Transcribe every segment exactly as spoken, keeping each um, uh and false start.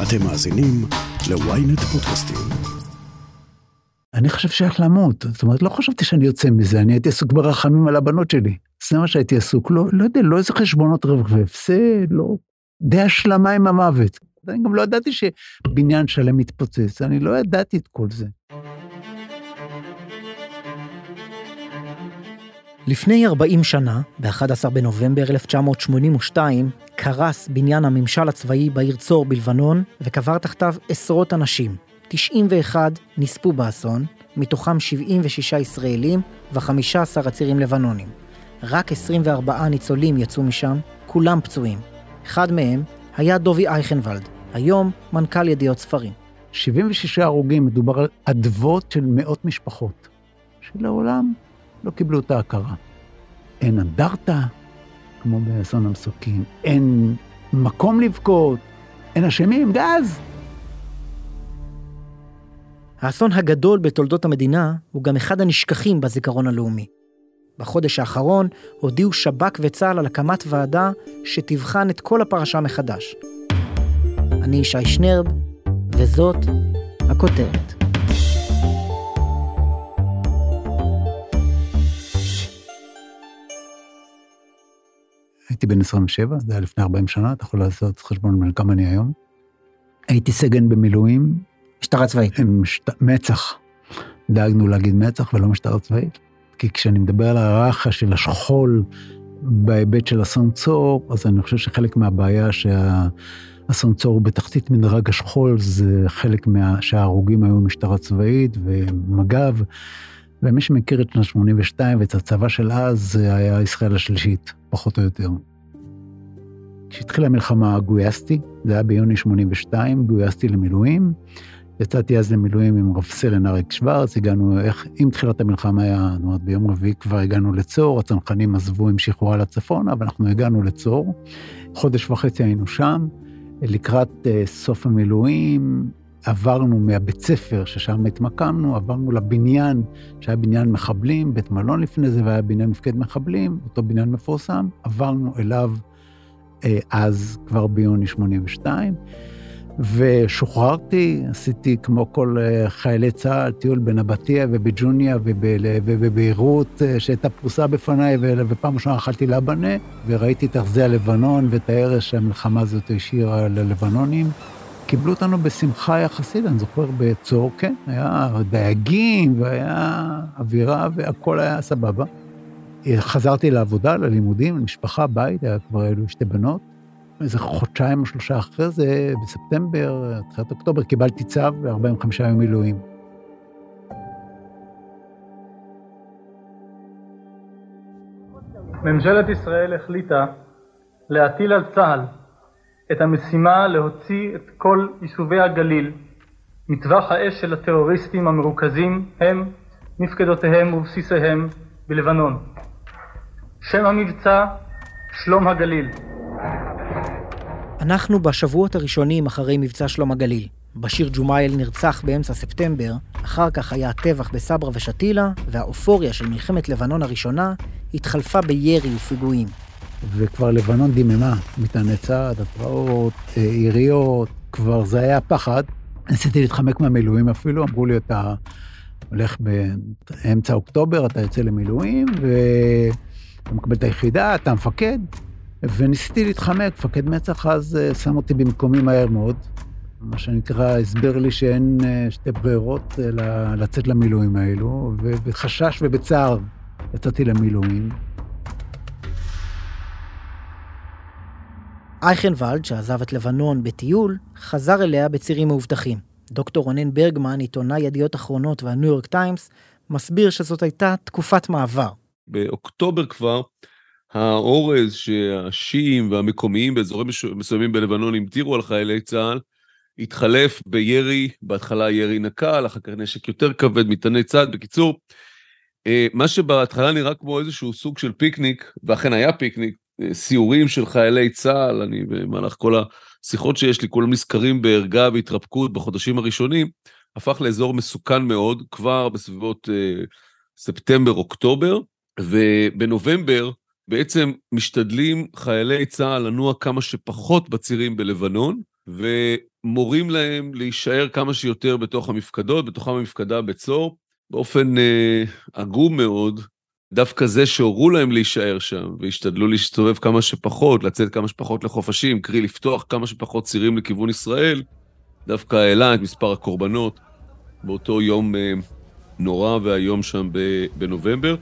אתם מאזינים ל-ynet פודקאסטים. אני חושב שאיך למות, זאת אומרת, לא חשבתי שאני יוצא מזה, אני הייתי עסוק ברחמים על הבנות שלי. זה מה שהייתי עסוק, לא, לא יודע, לא איזה חשבונות רווח והפסד, לא, די השלמה עם המוות. אני גם לא ידעתי שבניין שלם מתפוצץ, אני לא ידעתי את כל זה. לפני ארבעים שנה, ב-אחד עשר בנובמבר אלף תשע מאות שמונים ושתיים, קרס בניין הממשל הצבאי בעיר צור בלבנון, וקבר תחתיו עשרות אנשים. תשעים ואחד נספו באסון, מתוכם שבעים ושישה ישראלים ו-חמישה עשר עצירים לבנונים. רק עשרים וארבעה ניצולים יצאו משם, כולם פצועים. אחד מהם היה דובי אייכנוולד, היום מנכ"ל ידיעות ספרים. שבעים ושישה הרוגים, מדובר על אדוות של מאות משפחות, שלעולם לא קיבלו את ההכרה. אין אנדרטה, כמו באסון המסוקים, אין מקום לבכות, אין אשמים, גז. האסון הגדול בתולדות המדינה הוא גם אחד הנשכחים בזיכרון הלאומי. בחודש האחרון הודיעו שב"כ וצה"ל על הקמת ועדה שתבחן את כל הפרשה מחדש. אני ישי שנרב, וזאת הכותרת. הייתי בן עשרים ושבע, זה היה לפני ארבעים שנה, אתה יכול לעשות חשבון בין כמה אני היום. הייתי סגן במילואים. משטרה צבאית. משט... מצח. דאגנו להגיד מצח ולא משטרה צבאית. כי כשאני מדבר על הרחה של השכול בהיבט של אסון צור, אז אני חושב שחלק מהבעיה שהאסון צור הוא בתחתית מדרג השכול, זה חלק מה... שההרוגים היו משטרה צבאית ומג"ב, ומי שמכיר את שנת שמונים ושתיים ואת הצבא של אז, זה היה ישראל השלישית, פחות או יותר. כשהתחילה המלחמה גויסתי, זה היה ביוני שמונים ושתיים, גויסתי למילואים, יצאתי אז למילואים עם רב סרן אריק שוורץ, הגענו, איך, עם תחילת המלחמה היה, זאת אומרת, ביום רביעי כבר הגענו לצור, הצנחנים עזבו עם שחרורה לצפון, אבל אנחנו הגענו לצור, חודש וחצי היינו שם, לקראת uh, סוף המילואים, עברנו מהבית ספר ששם התמקמנו, עברנו לבניין, שהיה בניין מחבלים, בית מלון לפני זה, והיה בניין מפקד מחבלים, אותו בניין מפורסם, עברנו אליו אה, אז כבר ביוני שמונים ושתיים, ושוחררתי, עשיתי כמו כל אה, חיילי צה"ל, טיול בנבטיה ובג'וניה ובביירות, אה, שהייתה פרוסה בפניי, ופעם ראשונה אכלתי לבנה, וראיתי את ארזי הלבנון ואת ההרס שהמלחמה הזאת השאירה ללבנונים, קיבלו אותנו בשמחה יחסית, אני זוכר בצור, כן, היה דייגים, והיה אווירה, והכל היה סבבה. חזרתי לעבודה, ללימודים, למשפחה, בית, היה כבר אלו שתי בנות. איזה חודשיים או שלושה אחרי זה, בספטמבר, תחילת אוקטובר, קיבלתי צו ב-ארבעים וחמישה יום מילואים. ממשלת ישראל החליטה להטיל על צה"ל את המשימה להוציא את כל יישובי הגליל מטווח האש של הטרוריסטים המרוכזים הם מפקדותיהם ובסיסיהם בלבנון. שם המבצע שלום הגליל. אנחנו בשבועות הראשונים אחרי מבצע שלום הגליל. בשיר ג'ומייל נרצח באמצע ספטמבר, אחר כך היה הטבח בסברה ושתילה, והאופוריה של מלחמת לבנון הראשונה התחלפה בירי ופיגועים. וכבר לבנון דיממה, מטעני צעד, התראות, עיריות, כבר זה היה פחד. ניסיתי להתחמק מהמילואים אפילו, אמרו לי, אתה הולך באמצע אוקטובר, אתה יוצא למילואים, ואתה מקבל את היחידה, אתה מפקד, וניסיתי להתחמק, מפקד מצח אז שם אותי במקומי מהר מאוד, מה שנקרא, הסבר לי שאין שתי ברירות לצאת למילואים האלו, ובחשש ובצער יצאתי למילואים. אייכנוולד, שעזב את לבנון בטיול, חזר אליה בצירים מאובטחים. דוקטור רונן ברגמן, עיתונאי ידיעות אחרונות והניו יורק טיימס, מסביר שזאת הייתה תקופת מעבר. באוקטובר כבר, האורז שהשיעים והמקומיים באזורים מסוימים בלבנון המטירו על חיילי צה"ל, התחלף בירי, בהתחלה ירי נקל, אחר כך נשק יותר כבד, מטעני צד. בקיצור, מה שבהתחלה נראה כמו איזשהו סוג של פיקניק, ואכן היה פיקניק, סיורים של חיילי צה"ל, אני במהלך כל השיחות שיש לי, כולם נזכרים בהרגעה והתרפקות בחודשים הראשונים, הפך לאזור מסוכן מאוד, כבר בסביבות אה, ספטמבר-אוקטובר, ובנובמבר בעצם משתדלים חיילי צה"ל לנוע כמה שפחות בצירים בלבנון, ומורים להם להישאר כמה שיותר בתוך המפקדות, בתוכם המפקדה בצור, באופן אה, עגום מאוד, דווקא זה שהורו להם להישאר שם, והשתדלו להסתובב כמה שפחות, לצאת כמה שפחות לחופשים, קרי לפתוח כמה שפחות צירים לכיוון ישראל, דווקא העלה את מספר הקורבנות באותו יום אה, נורא והיום שם בנובמבר.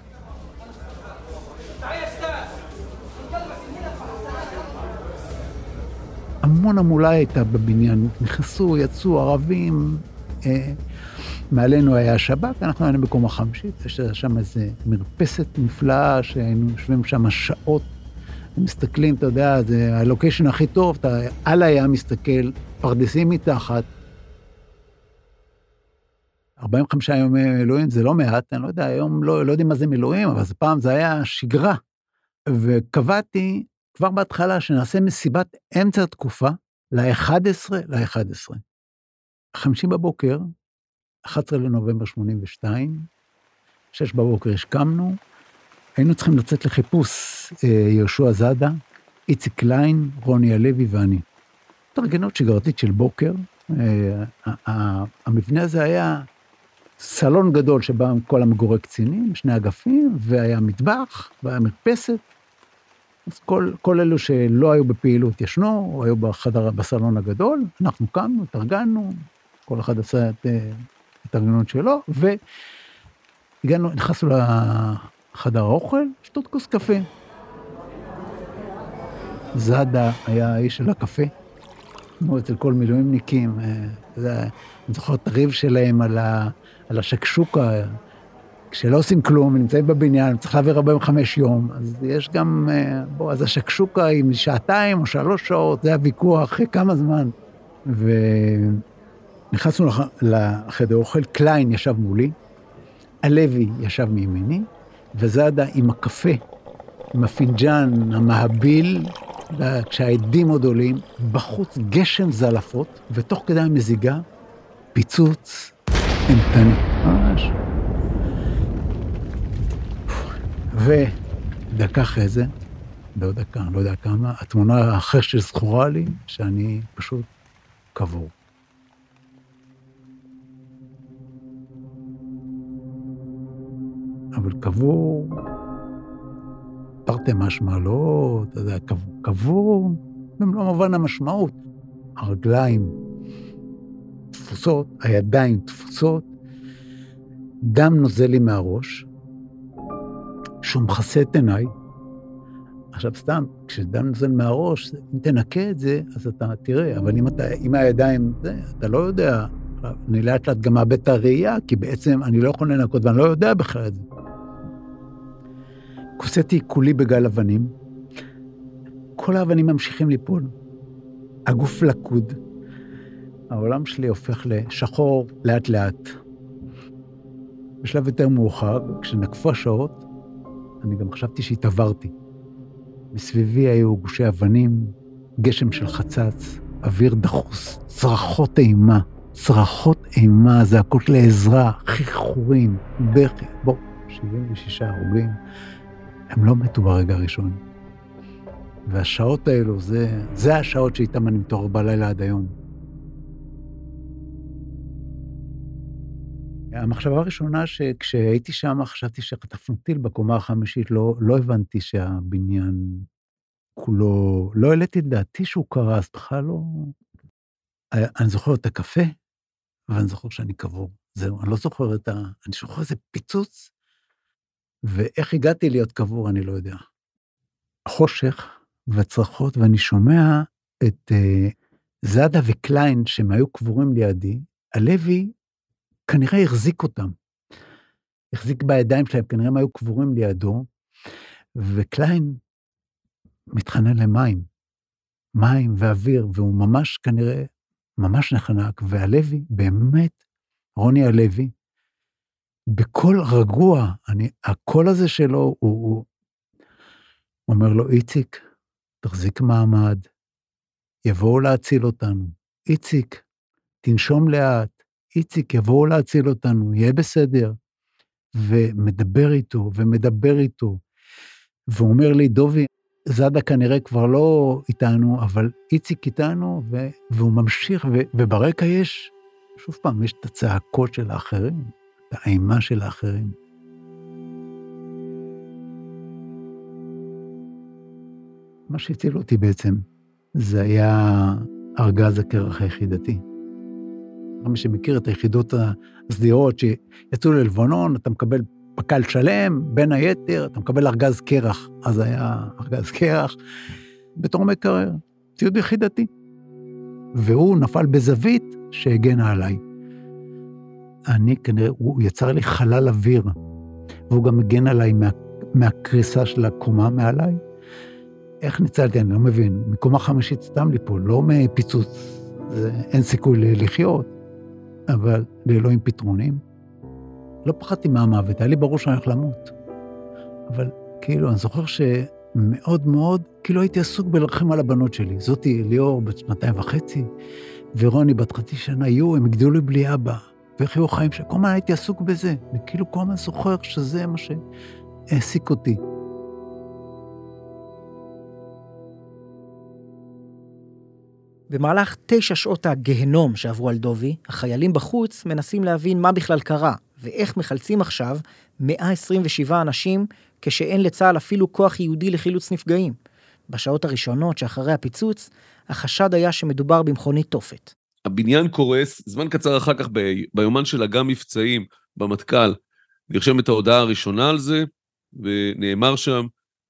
המון המולה הייתה בבניין, נכנסו, יצאו ערבים, אה, מעלינו היה השב"כ, אנחנו היינו בקומה חמישית, יש שם איזה מרפסת נפלאה שהיינו יושבים שם שעות, ומסתכלים, אתה יודע, זה הלוקיישן הכי טוב, אתה על הים מסתכל, פרדסים מתחת, ארבעים וחמישה יום מילואים זה לא מעט, אני לא יודע, היום לא, לא יודעים מה זה מילואים, אבל פעם זה היה שגרה, וקבעתי כבר בהתחלה שנעשה מסיבת אמצע התקופה, ל-אחד עשר ל-אחד עשר. חמישי בבוקר, אחד עשר לנובמבר שמונים ושתיים, שש בבוקר השקמנו, היינו צריכים לצאת לחיפוש יהושע זאדה, איציק קליין, רוני הלוי ואני. תרגנות שגרתית של בוקר, המבנה הזה היה סלון גדול שבא כל המגורי קצינים, שני אגפים, והיה מטבח, והיה מרפסת, אז כל, כל אלו שלא היו בפעילות ישנו, או היו בחדר, בסלון הגדול, אנחנו קמנו, תרגלנו, כל אחד עשה את התרגנות שלו, והגענו, נכנסנו לחדר האוכל, שתות כוס קפה. זאדה היה האיש של הקפה, כמו אצל כל מילואימניקים, אני זוכר את הריב שלהם על, ה, על השקשוקה, כשלא עושים כלום, נמצאים בבניין, צריך להעביר ארבעים וחמישה יום, אז יש גם, בוא, אז השקשוקה היא משעתיים או שלוש שעות, זה הוויכוח, אחרי כמה זמן. ונכנסנו לחדר אוכל, קליין ישב מולי, הלוי ישב מימיני, וזאדה עם הקפה, עם הפינג'אן המהביל, כשהעדים עוד עולים, בחוץ גשם זלפות, ותוך כדי המזיגה, פיצוץ אימתני. ממש. ודקה אחרי זה, לא דקה, לא יודע כמה, התמונה האחרת שזכורה לי, שאני פשוט קבור. אבל קבור, תרתי משמע, לא, אתה יודע, קבור, קבור, במלוא מובן המשמעות. הרגליים תפוסות, הידיים תפוסות, דם נוזל לי מהראש, שהוא מכסה את עיניי. עכשיו סתם, כשדם נוזל מהראש, אם תנקה את זה, אז אתה תראה, אבל אם אתה, אם הידיים, זה, אתה לא יודע, אני לאט לאט גם מאבד את הראייה, כי בעצם אני לא יכול לנקות, ואני לא יודע בכלל את זה. כוסתי כולי בגל אבנים, כל האבנים ממשיכים ליפול, הגוף לקוד, העולם שלי הופך לשחור לאט לאט. בשלב יותר מאוחר, כשנקפו השעות, אני גם חשבתי שהתעברתי. מסביבי היו גושי אבנים, גשם של חצץ, אוויר דחוס, צרחות אימה, צרחות אימה, זה הכל לעזרה, חיחורים, בכי, בוא, שבעים ושישה הרוגים, הם לא מתו ברגע הראשון. והשעות האלו, זה, זה השעות שאיתם אני מתעורר בלילה עד היום. המחשבה הראשונה שכשהייתי שם, חשבתי שחטפנו טיל בקומה החמישית, לא, לא הבנתי שהבניין כולו, לא העליתי את דעתי שהוא קרס, בכלל לא... אני זוכר את הקפה, ואני זוכר שאני קבור. זהו, אני לא זוכר את ה... אני זוכר איזה פיצוץ, ואיך הגעתי להיות קבור, אני לא יודע. חושך וצרחות, ואני שומע את uh, זאדה וקליין, שהם היו קבורים לידי, הלוי כנראה החזיק אותם. החזיק בידיים שלהם, כנראה הם היו קבורים לידו, וקליין מתחנן למים, מים ואוויר, והוא ממש כנראה, ממש נחנק, והלוי, באמת, רוני הלוי, בכל רגוע, אני, הקול הזה שלו, הוא, הוא אומר לו, איציק, תחזיק מעמד, יבואו להציל אותנו, איציק, תנשום לאט, איציק, יבואו להציל אותנו, יהיה בסדר, ומדבר איתו, ומדבר איתו, והוא אומר לי, דובי, זאדה כנראה כבר לא איתנו, אבל איציק איתנו, ו... והוא ממשיך, ו... וברקע יש, שוב פעם, יש את הצעקות של האחרים, את האימה של האחרים. מה שהציל אותי בעצם, זה היה ארגז הקרח היחידתי. מי שמכיר את היחידות הסדירות שיצאו ללבנון, אתה מקבל פקל שלם, בין היתר, אתה מקבל ארגז קרח, אז היה ארגז קרח, בתור מקרר, ציוד יחידתי. והוא נפל בזווית שהגנה עליי. אני כנראה, הוא יצר לי חלל אוויר, והוא גם הגן עליי מה, מהקריסה של הקומה מעליי. איך ניצלתי? אני לא מבין. מקומה חמישית סתם לי פה, לא מפיצוץ, זה, אין סיכוי לחיות, אבל לאלוהים פתרונים. לא פחדתי מהמוות, היה לי ברור שאני הולך למות. אבל כאילו, אני זוכר שמאוד מאוד, כאילו הייתי עסוק בלרחם על הבנות שלי. זאתי ליאור בת שנתיים וחצי, ורוני בת חצי שנה, יו, הם הגדלו לי בלי אבא, ואיך היו חיים שכל מה הייתי עסוק בזה. וכאילו כל מה זוכר שזה מה שהעסיק אותי. במהלך תשע שעות הגהנום שעברו על דובי, החיילים בחוץ מנסים להבין מה בכלל קרה, ואיך מחלצים עכשיו מאה עשרים ושבעה אנשים, כשאין לצה"ל אפילו כוח יהודי לחילוץ נפגעים. בשעות הראשונות שאחרי הפיצוץ, החשד היה שמדובר במכונית תופת. הבניין קורס, זמן קצר אחר כך ב... ביומן של אג"ם מבצעים במטכ"ל, נרשם את ההודעה הראשונה על זה, ונאמר שם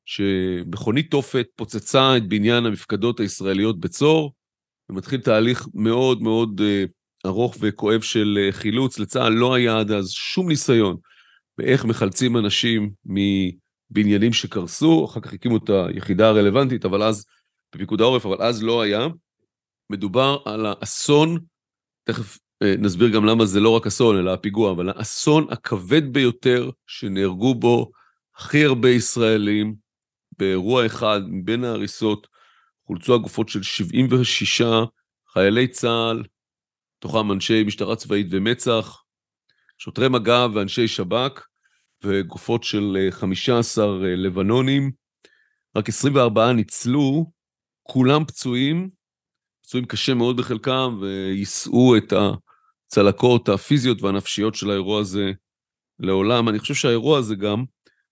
שמכונית תופת פוצצה את בניין המפקדות הישראליות בצור, ומתחיל תהליך מאוד מאוד uh, ארוך וכואב של uh, חילוץ. לצה"ל לא היה עד אז שום ניסיון באיך מחלצים אנשים מבניינים שקרסו, אחר כך הקימו את היחידה הרלוונטית, אבל אז, בפיקוד העורף, אבל אז לא היה. מדובר על האסון, תכף uh, נסביר גם למה זה לא רק אסון, אלא הפיגוע, אבל האסון הכבד ביותר שנהרגו בו הכי הרבה ישראלים, באירוע אחד מבין ההריסות, חולצו הגופות של שבעים ושישה חיילי צה"ל, תוכם אנשי משטרה צבאית ומצ"ח, שוטרי מג"ב ואנשי שב"כ, וגופות של חמישה עשר לבנונים, רק עשרים וארבעה ניצלו, כולם פצועים, פצועים קשה מאוד בחלקם, ויישאו את הצלקות הפיזיות והנפשיות של האירוע הזה לעולם. אני חושב שהאירוע הזה גם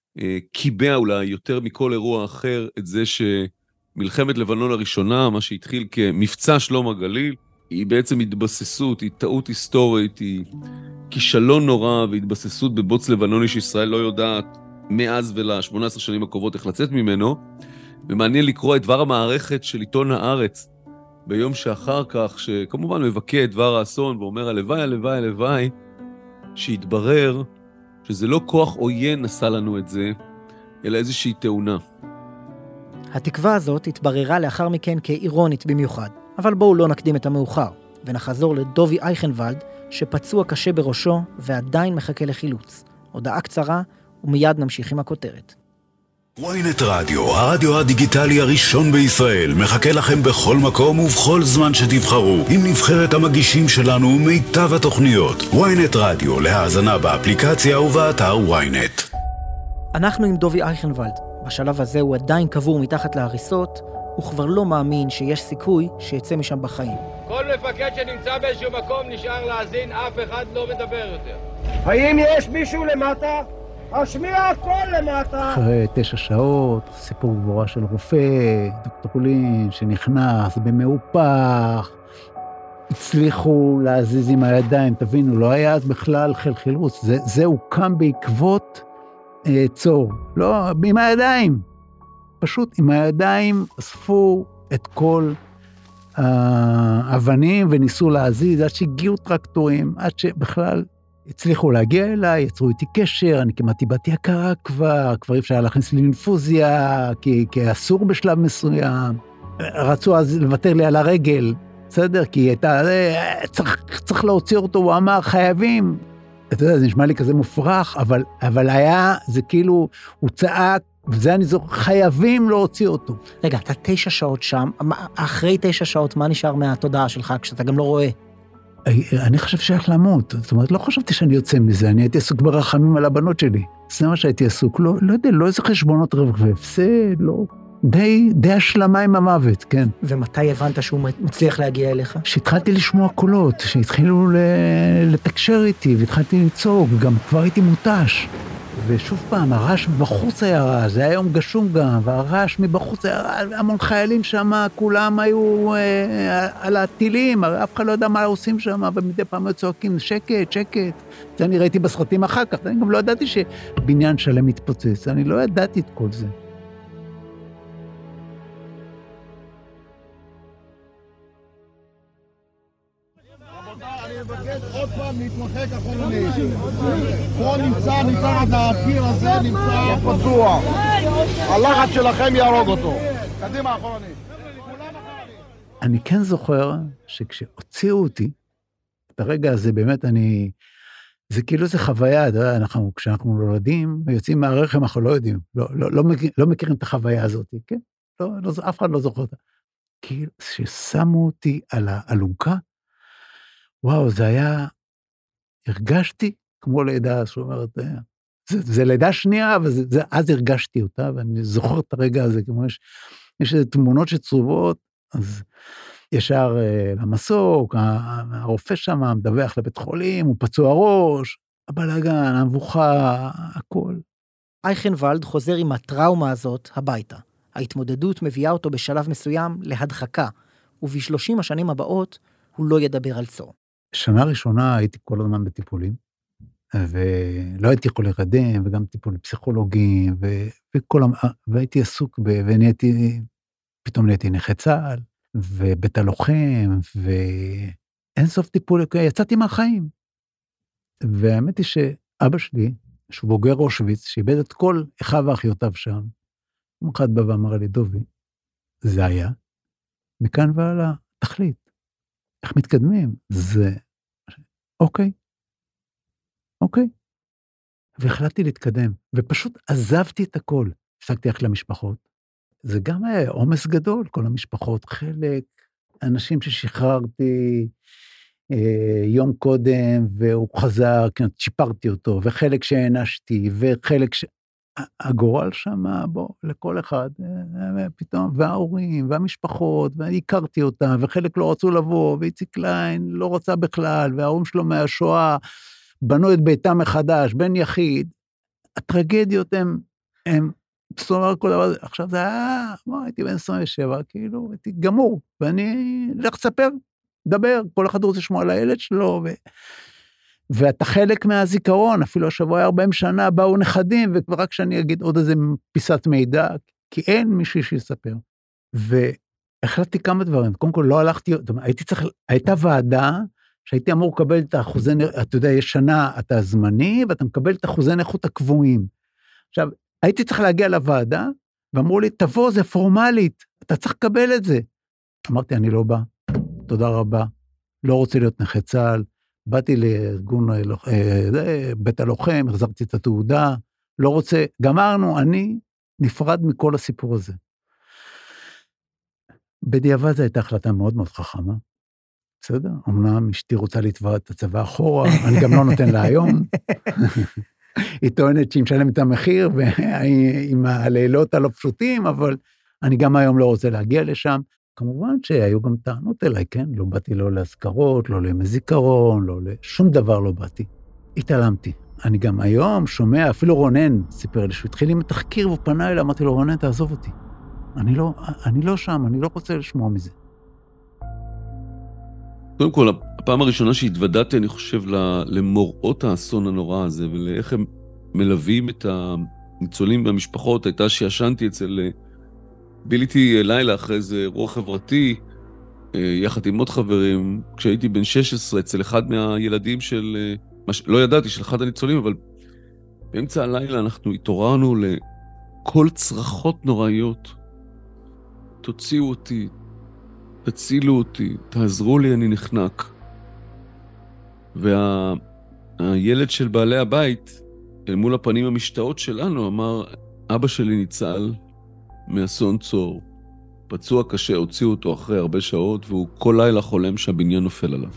קיבע אולי יותר מכל אירוע אחר את זה ש... מלחמת לבנון הראשונה, מה שהתחיל כמבצע שלום הגליל, היא בעצם התבססות, היא טעות היסטורית, היא כישלון נורא והתבססות בבוץ לבנוני שישראל לא יודעת מאז ול-שמונה עשרה שנים הקרובות איך לצאת ממנו, ומעניין לקרוא את דבר המערכת של עיתון הארץ ביום שאחר כך, שכמובן מבקא את דבר האסון ואומר הלוואי, הלוואי, הלוואי, שהתברר שזה לא כוח עוין עשה לנו את זה, אלא איזושהי תאונה. התקווה הזאת התבררה לאחר מכן כאירונית במיוחד, אבל בואו לא נקדים את המאוחר, ונחזור לדובי אייכנוולד, שפצוע קשה בראשו ועדיין מחכה לחילוץ. הודעה קצרה, ומיד נמשיך עם הכותרת. וויינט רדיו, הרדיו הדיגיטלי הראשון בישראל, מחכה לכם בכל מקום ובכל זמן שתבחרו, עם נבחרת המגישים שלנו ומיטב התוכניות. וויינט רדיו, להאזנה באפליקציה ובאתר וויינט. אנחנו עם דובי אייכנוולד. בשלב הזה הוא עדיין קבור מתחת להריסות, הוא כבר לא מאמין שיש סיכוי שיצא משם בחיים. כל מפקד שנמצא באיזשהו מקום נשאר להאזין, אף אחד לא מדבר יותר. האם יש מישהו למטה? השמיע הכל למטה. אחרי תשע שעות, סיפור גבורה של רופא, דוקטור לין שנכנס במאופח, הצליחו להזיז עם הידיים, תבינו, לא היה אז בכלל חיל חילוץ, זה, זה הוקם בעקבות אה, צור, לא, עם הידיים, פשוט עם הידיים אספו את כל האבנים וניסו להזיז, עד שהגיעו טרקטורים, עד שבכלל הצליחו להגיע אליי, יצרו איתי קשר, אני כמעט איבדתי הכרה כבר, כבר אי אפשר להכניס לי אינפוזיה, כי, כי אסור בשלב מסוים, רצו אז לוותר לי על הרגל, בסדר? כי הייתה, צריך, צריך להוציא אותו, הוא אמר, חייבים. אתה יודע, זה נשמע לי כזה מופרך, אבל, אבל היה, זה כאילו, הוא צעק, וזה אני זוכר, חייבים להוציא אותו. רגע, אתה תשע שעות שם, אחרי תשע שעות, מה נשאר מהתודעה שלך, כשאתה גם לא רואה? אני חושב שייך למות, זאת אומרת, לא חשבתי שאני יוצא מזה, אני הייתי עסוק ברחמים על הבנות שלי. זה מה שהייתי עסוק, לא, לא יודע, לא איזה חשבונות רווח והפסד, לא, די, די השלמה עם המוות, כן. ומתי הבנת שהוא מצליח להגיע אליך? שהתחלתי לשמוע קולות, שהתחילו לתקשר איתי, והתחלתי לצעוק, וגם כבר הייתי מוטש. ושוב פעם, הרעש בחוץ היה רעש, זה היה יום גשום גם, והרעש מבחוץ היה רעש, המון חיילים שם, כולם היו אה, על הטילים, אף אחד לא יודע מה עושים שם, ומדי פעם היו צועקים, שקט, שקט. זה אני ראיתי בסרטים אחר כך, אני גם לא ידעתי שבניין שלם מתפוצץ, אני לא ידעתי את כל זה. אני מבקש עוד פעם להתמחק אחרוני. פה נמצא מתחת הקיר הזה, נמצא פצוע. הלחץ שלכם יהרוג אותו. קדימה אחרוני. אני כן זוכר שכשהוציאו אותי, את הרגע הזה באמת אני, זה כאילו זה חוויה, אנחנו, כשאנחנו נולדים ויוצאים מהרחם, אנחנו לא יודעים, לא, לא, לא, מכיר, לא מכירים את החוויה הזאת, כן? לא, לא, אף אחד לא זוכר אותה. כאילו ששמו אותי על האלונקה, וואו, זה היה, הרגשתי כמו לידה, זאת אומרת, זה, זה לידה שנייה, אבל זה, זה, אז הרגשתי אותה, ואני זוכר את הרגע הזה, כמו יש, יש תמונות שצרובות, אז ישר למסוק, הרופא שם מדווח לבית חולים, הוא פצוע ראש, הבלגן, המבוכה, הכל. אייכנוולד חוזר עם הטראומה הזאת הביתה. ההתמודדות מביאה אותו בשלב מסוים להדחקה, ובשלושים השנים הבאות הוא לא ידבר על צור. שנה ראשונה הייתי כל הזמן בטיפולים, ולא הייתי יכול להירדם, וגם טיפולים פסיכולוגיים, ו... וכל... והייתי עסוק, ב... ונהייתי, פתאום נהייתי נכה צה"ל, ובית הלוחם, ואין סוף טיפול, יצאתי מהחיים. והאמת היא שאבא שלי, שהוא בוגר אושוויץ, שאיבד את כל אחיו ואחיותיו שם, הוא אחד בא ואמר לי, דובי, זה היה, מכאן ועלה, תחליט. איך מתקדמים? זה, אוקיי, אוקיי. והחלטתי להתקדם, ופשוט עזבתי את הכל. הפסקתי ללכת למשפחות. זה גם היה עומס גדול, כל המשפחות, חלק, אנשים ששחררתי אה, יום קודם, והוא חזר, כן, שיפרתי אותו, וחלק שהענשתי, וחלק ש... הגורל שם, בוא, לכל אחד, פתאום, וההורים, והמשפחות, והכרתי אותם, וחלק לא רצו לבוא, ואיציק קליין לא רצה בכלל, וההורים שלו מהשואה, בנו את ביתם מחדש, בן יחיד, הטרגדיות הם, הם, זאת אומרת, כל דבר, עכשיו זה היה, בוא, הייתי בן עשרים ושבע, כאילו, הייתי גמור, ואני, לך תספר, דבר, כל אחד רוצה לשמוע על הילד שלו, ו... ואתה חלק מהזיכרון, אפילו השבוע היה ארבעים שנה, באו נכדים, ורק שאני אגיד עוד איזה פיסת מידע, כי אין מישהו שיספר. והחלטתי כמה דברים, קודם כל לא הלכתי, הייתי צריך, הייתה ועדה, שהייתי אמור לקבל את האחוזי, אתה יודע, יש שנה, אתה זמני, ואתה מקבל את האחוזי נכות הקבועים. עכשיו, הייתי צריך להגיע לוועדה, ואמרו לי, תבוא, זה פורמלית, אתה צריך לקבל את זה. אמרתי, אני לא בא, תודה רבה, לא רוצה להיות נכה צה"ל, באתי לארגון בית הלוחם, החזרתי את התעודה, לא רוצה, גמרנו, אני נפרד מכל הסיפור הזה. בדיעבד זו הייתה החלטה מאוד מאוד חכמה, בסדר? אמנם אשתי רוצה לתבוע את הצבא אחורה, אני גם לא נותן לה היום, היא טוענת שהיא משלמת את המחיר, ועם הלילות הלא פשוטים, אבל אני גם היום לא רוצה להגיע לשם, כמובן שהיו גם טענות אליי, כן? לא באתי לא להזכרות, לא לימי זיכרון, לא לשום דבר לא באתי. התעלמתי. אני גם היום שומע, אפילו רונן סיפר לי, שהוא התחיל עם התחקיר והוא פנה אליי, אמרתי לו, רונן, תעזוב אותי. אני לא, אני לא שם, אני לא רוצה לשמוע מזה. קודם כל, הפעם הראשונה שהתוודעתי, אני חושב, למוראות האסון הנורא הזה, ולאיך הם מלווים את הניצולים והמשפחות, הייתה שישנתי אצל... ביליתי לילה אחרי איזה אירוע חברתי, יחד עם עוד חברים, כשהייתי בן שש עשרה, אצל אחד מהילדים של, לא ידעתי, של אחד הניצולים, אבל באמצע הלילה אנחנו התעוררנו לכל צרחות נוראיות. תוציאו אותי, תצילו אותי, תעזרו לי, אני נחנק. והילד של בעלי הבית, אל מול הפנים המשתאות שלנו, אמר, אבא שלי ניצל, מאסון צור, פצוע קשה, הוציאו אותו אחרי הרבה שעות, והוא כל לילה חולם שהבניין נופל עליו.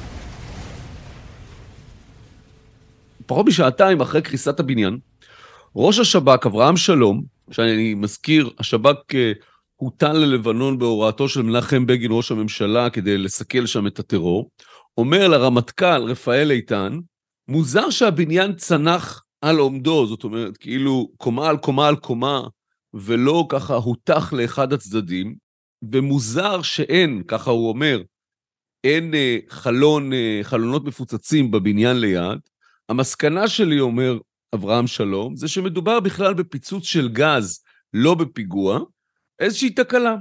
פחות בשעתיים אחרי קריסת הבניין, ראש השב"כ, אברהם שלום, שאני מזכיר, השב"כ הוטל ללבנון בהוראתו של מנחם בגין, ראש הממשלה, כדי לסכל שם את הטרור, אומר לרמטכ"ל רפאל איתן, מוזר שהבניין צנח על עומדו, זאת אומרת, כאילו קומה על קומה על קומה, ולא ככה הותח לאחד הצדדים, ומוזר שאין, ככה הוא אומר, אין אה, חלון, אה, חלונות מפוצצים בבניין ליד. המסקנה שלי, אומר אברהם שלום, זה שמדובר בכלל בפיצוץ של גז, לא בפיגוע, איזושהי תקלה.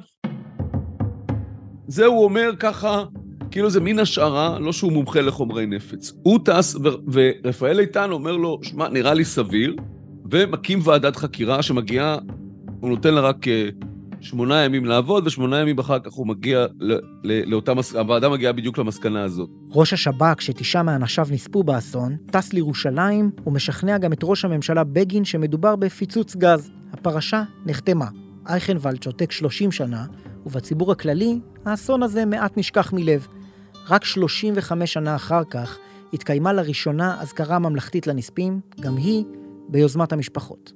זה הוא אומר ככה, כאילו זה מין השערה, לא שהוא מומחה לחומרי נפץ. הוא טס, ו- ורפאל איתן אומר לו, שמה, נראה לי סביר, ומקים ועדת חקירה שמגיעה, הוא נותן לה רק שמונה ימים לעבוד, ושמונה ימים אחר כך הוא מגיע ל- ל- לאותה, מס... הוועדה מגיעה בדיוק למסקנה הזאת. ראש השב"כ, שתשעה מאנשיו נספו באסון, טס לירושלים, ומשכנע גם את ראש הממשלה בגין שמדובר בפיצוץ גז. הפרשה נחתמה. אייכנוולד שותק שלושים שנה, ובציבור הכללי, האסון הזה מעט נשכח מלב. רק שלושים וחמש שנה אחר כך, התקיימה לראשונה אזכרה ממלכתית לנספים, גם היא ביוזמת המשפחות.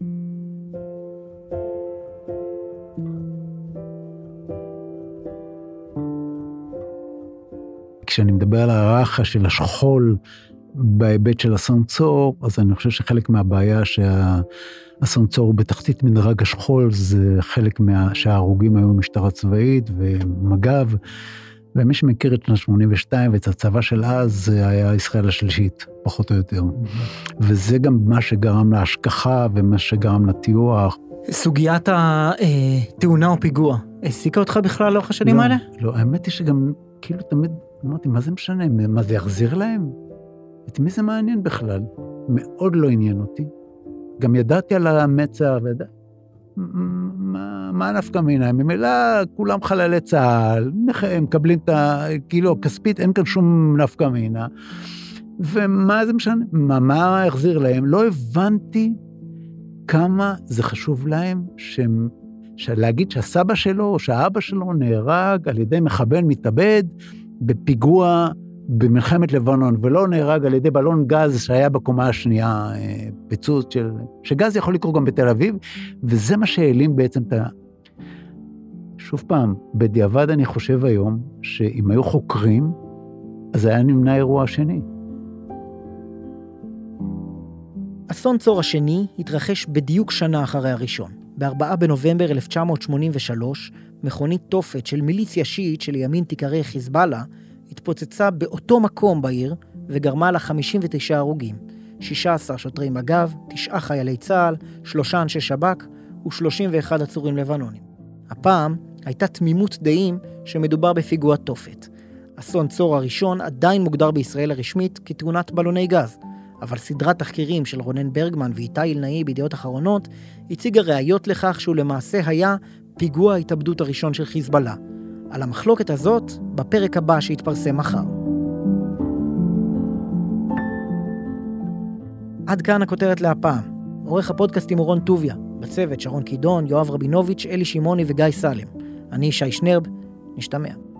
כשאני מדבר על הרחה של השכול בהיבט של אסון צור, אז אני חושב שחלק מהבעיה שהאסון צור הוא בתחתית מדרג השכול, זה חלק מה... שההרוגים היו משטרה צבאית ומג"ב, ומי שמכיר את שנת שמונים ושתיים ואת הצבא של אז, זה היה ישראל השלישית, פחות או יותר. וזה גם מה שגרם להשכחה ומה שגרם לטיוח. סוגיית התאונה או פיגוע, העסיקה אותך בכלל לאורך השנים האלה? לא, האמת היא שגם כאילו תמיד אמרתי, מה זה משנה? מה זה יחזיר להם? את מי זה מעניין בכלל? מאוד לא עניין אותי. גם ידעתי על המצע, וידע... מה, מה נפקא מינה? ממילא כולם חללי צה"ל, הם מקבלים את ה... כאילו, כספית, אין כאן שום נפקא מינה. ומה זה משנה? מה, מה יחזיר להם? לא הבנתי כמה זה חשוב להם, שהם... להגיד שהסבא שלו או שהאבא שלו נהרג על ידי מחבל מתאבד בפיגוע במלחמת לבנון, ולא נהרג על ידי בלון גז שהיה בקומה השנייה, פיצוץ של... שגז יכול לקרות גם בתל אביב, וזה מה שהעלים בעצם את ה... שוב פעם, בדיעבד אני חושב היום, שאם היו חוקרים, אז היה נמנע אירוע שני. אסון צור השני התרחש בדיוק שנה אחרי הראשון. ב-ארבעה בנובמבר אלף תשע מאות שמונים ושלוש, מכונית תופת של מיליציה שיעית שלימין תיקרא חיזבאללה, התפוצצה באותו מקום בעיר, וגרמה לה חמישים ותשעה הרוגים. שישה עשר שוטרי מג"ב, תשעה חיילי צה"ל, שלושה אנשי שב"כ, ו-שלושים ואחד עצורים לבנונים. הפעם הייתה תמימות דעים שמדובר בפיגוע תופת. אסון צור הראשון עדיין מוגדר בישראל הרשמית כתאונת בלוני גז, אבל סדרת תחקירים של רונן ברגמן ואיתי אילנאי בידיעות אחרונות הציגה ראיות לכך שהוא למעשה היה פיגוע ההתאבדות הראשון של חיזבאללה. על המחלוקת הזאת בפרק הבא שיתפרסם מחר. עד כאן הכותרת להפעם. עורך הפודקאסטים אורון טוביה, בצוות שרון קידון, יואב רבינוביץ', אלי שימוני וגיא סלם. אני שי שנרב, נשתמע.